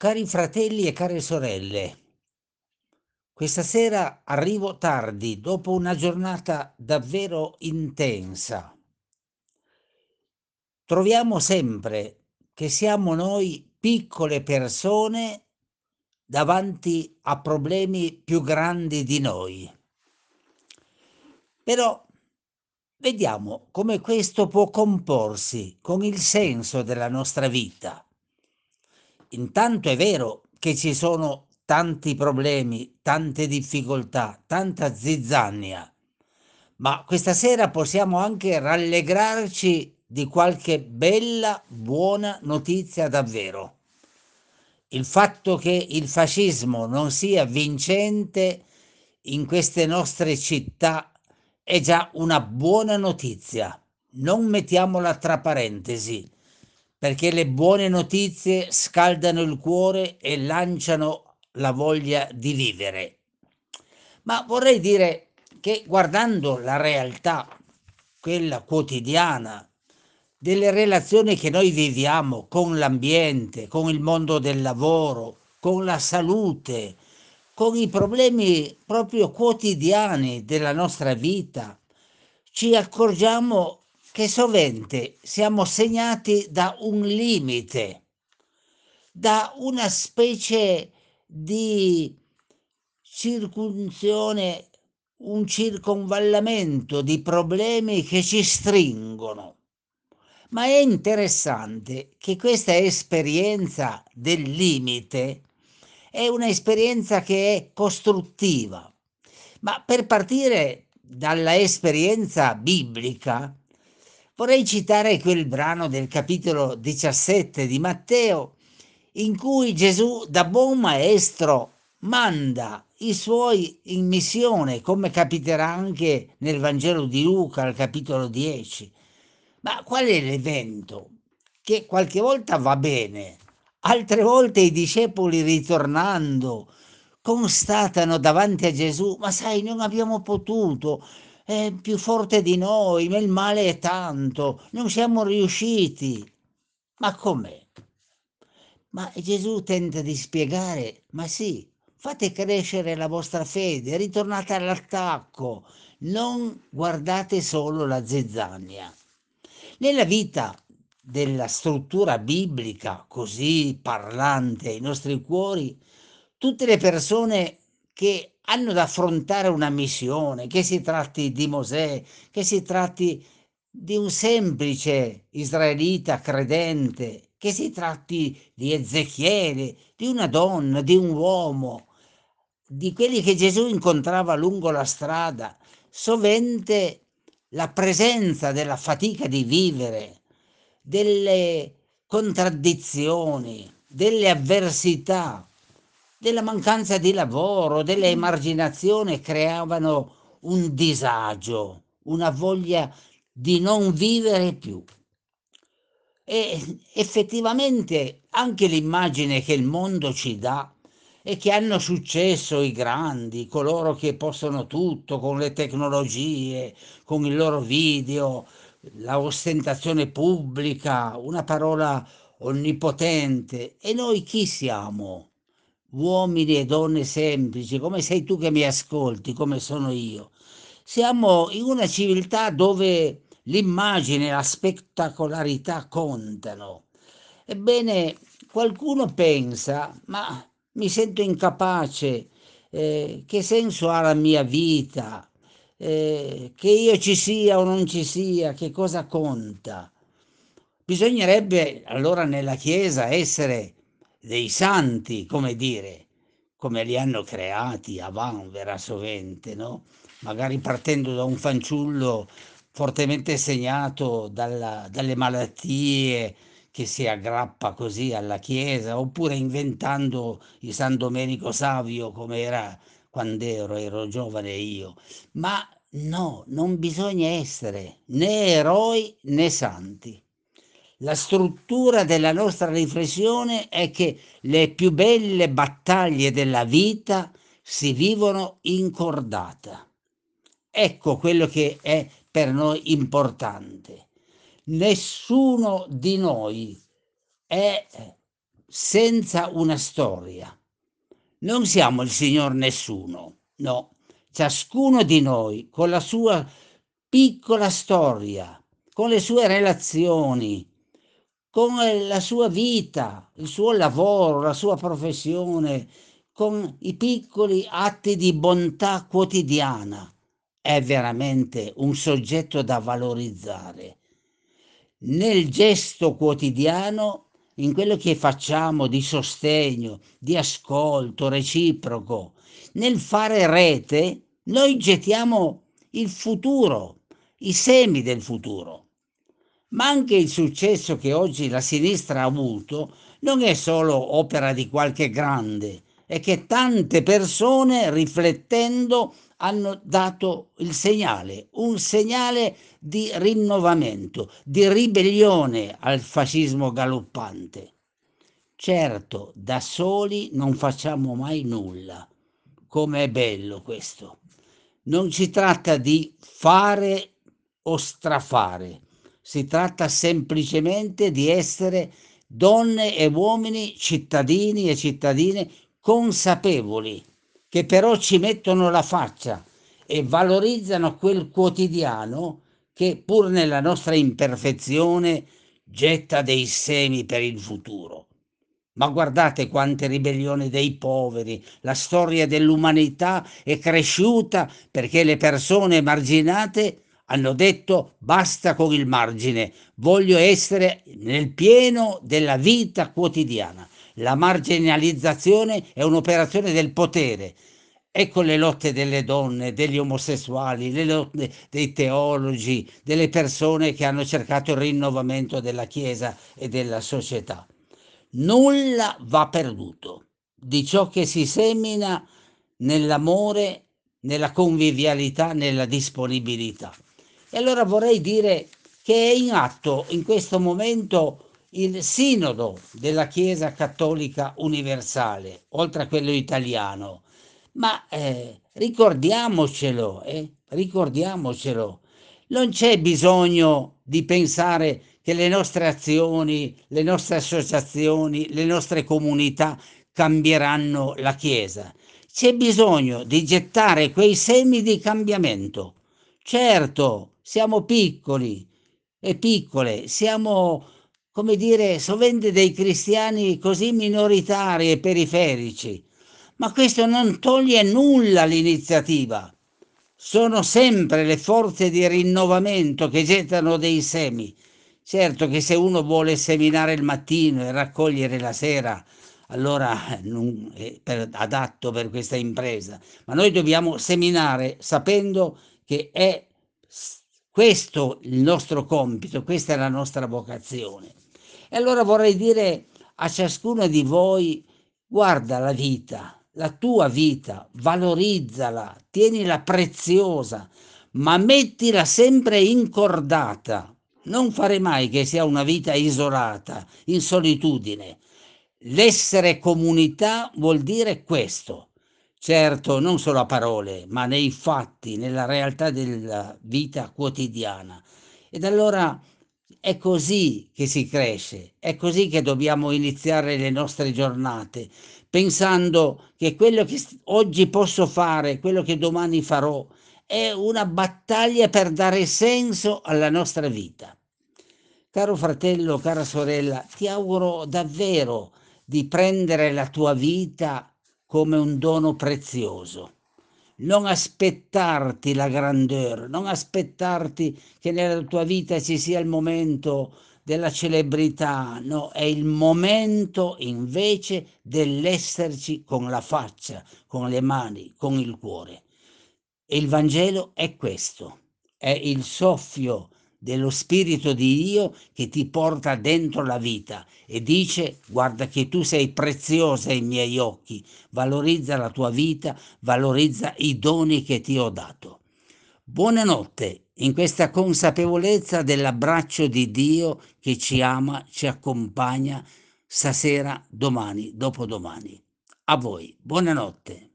Cari fratelli e care sorelle, questa sera arrivo tardi dopo una giornata davvero intensa. Troviamo sempre che siamo noi piccole persone davanti a problemi più grandi di noi. Però vediamo come questo può comporsi con il senso della nostra vita. Intanto è vero che ci sono tanti problemi, tante difficoltà, tanta zizzania, ma questa sera possiamo anche rallegrarci di qualche bella, buona notizia davvero. Il fatto che il fascismo non sia vincente in queste nostre città è già una buona notizia. Non mettiamola tra parentesi, perché le buone notizie scaldano il cuore e lanciano la voglia di vivere. Ma vorrei dire che guardando la realtà, quella quotidiana, delle relazioni che noi viviamo con l'ambiente, con il mondo del lavoro, con la salute, con i problemi proprio quotidiani della nostra vita, ci accorgiamo che sovente siamo segnati da un limite, da una specie di circunzione, un circonvallamento di problemi che ci stringono. Ma è interessante che questa esperienza del limite è un'esperienza che è costruttiva. Ma per partire dalla esperienza biblica, vorrei citare quel brano del capitolo 17 di Matteo, in cui Gesù, da buon maestro, manda i suoi in missione, come capiterà anche nel Vangelo di Luca, al capitolo 10. Ma qual è l'evento? Che qualche volta va bene, altre volte i discepoli ritornando constatano davanti a Gesù: "Ma sai, non abbiamo potuto, è più forte di noi, ma il male è tanto, non siamo riusciti". Ma com'è? Ma Gesù tenta di spiegare: "Ma sì, fate crescere la vostra fede, ritornate all'attacco, non guardate solo la zizzania". Nella vita della struttura biblica così parlante ai nostri cuori, tutte le persone che hanno da affrontare una missione, che si tratti di Mosè, che si tratti di un semplice israelita credente, che si tratti di Ezechiele, di una donna, di un uomo, di quelli che Gesù incontrava lungo la strada, sovente la presenza della fatica di vivere, delle contraddizioni, delle avversità, della mancanza di lavoro, dell'emarginazione creavano un disagio, una voglia di non vivere più. E effettivamente anche l'immagine che il mondo ci dà è che hanno successo i grandi, coloro che possono tutto con le tecnologie, con i loro video, la ostentazione pubblica, una parola onnipotente. E noi chi siamo? Uomini e donne semplici, come sei tu che mi ascolti, come sono io. Siamo in una civiltà dove l'immagine, la spettacolarità contano. Ebbene, qualcuno pensa: "Ma mi sento incapace, che senso ha la mia vita? Che io ci sia o non ci sia, che cosa conta?" Bisognerebbe allora nella Chiesa essere dei santi, come dire, come li hanno creati a vanvera sovente, no, magari partendo da un fanciullo fortemente segnato dalle malattie, che si aggrappa così alla Chiesa, oppure inventando il San Domenico Savio come era quand'ero giovane io. Ma no, non bisogna essere né eroi né santi. La struttura della nostra riflessione è che le più belle battaglie della vita si vivono in cordata. Ecco quello che è per noi importante. Nessuno di noi è senza una storia. Non siamo il signor nessuno, no. Ciascuno di noi con la sua piccola storia, con le sue relazioni, con la sua vita, il suo lavoro, la sua professione, con i piccoli atti di bontà quotidiana, è veramente un soggetto da valorizzare. Nel gesto quotidiano, in quello che facciamo di sostegno, di ascolto reciproco, nel fare rete, noi gettiamo il futuro, i semi del futuro. Ma anche il successo che oggi la sinistra ha avuto non è solo opera di qualche grande, è che tante persone riflettendo hanno dato il segnale, un segnale di rinnovamento, di ribellione al fascismo galoppante. Certo, da soli non facciamo mai nulla. Com'è bello questo. Non si tratta di fare o strafare, si tratta semplicemente di essere donne e uomini, cittadini e cittadine consapevoli, che però ci mettono la faccia e valorizzano quel quotidiano che, pur nella nostra imperfezione, getta dei semi per il futuro. Ma guardate quante ribellioni dei poveri, la storia dell'umanità è cresciuta perché le persone emarginate hanno detto basta con il margine, voglio essere nel pieno della vita quotidiana. La marginalizzazione è un'operazione del potere. Ecco le lotte delle donne, degli omosessuali, le lotte dei teologi, delle persone che hanno cercato il rinnovamento della Chiesa e della società. Nulla va perduto di ciò che si semina nell'amore, nella convivialità, nella disponibilità. E allora vorrei dire che è in atto in questo momento il sinodo della Chiesa Cattolica Universale, oltre a quello italiano. Ma ricordiamocelo. Non c'è bisogno di pensare che le nostre azioni, le nostre associazioni, le nostre comunità cambieranno la Chiesa. C'è bisogno di gettare quei semi di cambiamento. Certo, siamo piccoli e piccole, siamo, come dire, sovente dei cristiani così minoritari e periferici, ma questo non toglie nulla all'iniziativa. Sono sempre le forze di rinnovamento che gettano dei semi. Certo che se uno vuole seminare il mattino e raccogliere la sera, allora non è adatto per questa impresa, ma noi dobbiamo seminare sapendo che è questo il nostro compito, questa è la nostra vocazione. E allora vorrei dire a ciascuno di voi: guarda la vita, la tua vita, valorizzala, tienila preziosa, ma mettila sempre incordata. Non fare mai che sia una vita isolata, in solitudine. L'essere comunità vuol dire questo. Certo, non solo a parole, ma nei fatti, nella realtà della vita quotidiana. Ed allora è così che si cresce, è così che dobbiamo iniziare le nostre giornate, pensando che quello che oggi posso fare, quello che domani farò, è una battaglia per dare senso alla nostra vita. Caro fratello, cara sorella, ti auguro davvero di prendere la tua vita come un dono prezioso. Non aspettarti la grandeur, non aspettarti che nella tua vita ci sia il momento della celebrità, no, è il momento invece dell'esserci con la faccia, con le mani, con il cuore. E il Vangelo è questo, è il soffio dello Spirito di Dio che ti porta dentro la vita e dice: guarda che tu sei preziosa ai miei occhi, valorizza la tua vita, valorizza i doni che ti ho dato. Buonanotte in questa consapevolezza dell'abbraccio di Dio che ci ama, ci accompagna stasera, domani, dopodomani. A voi, buonanotte.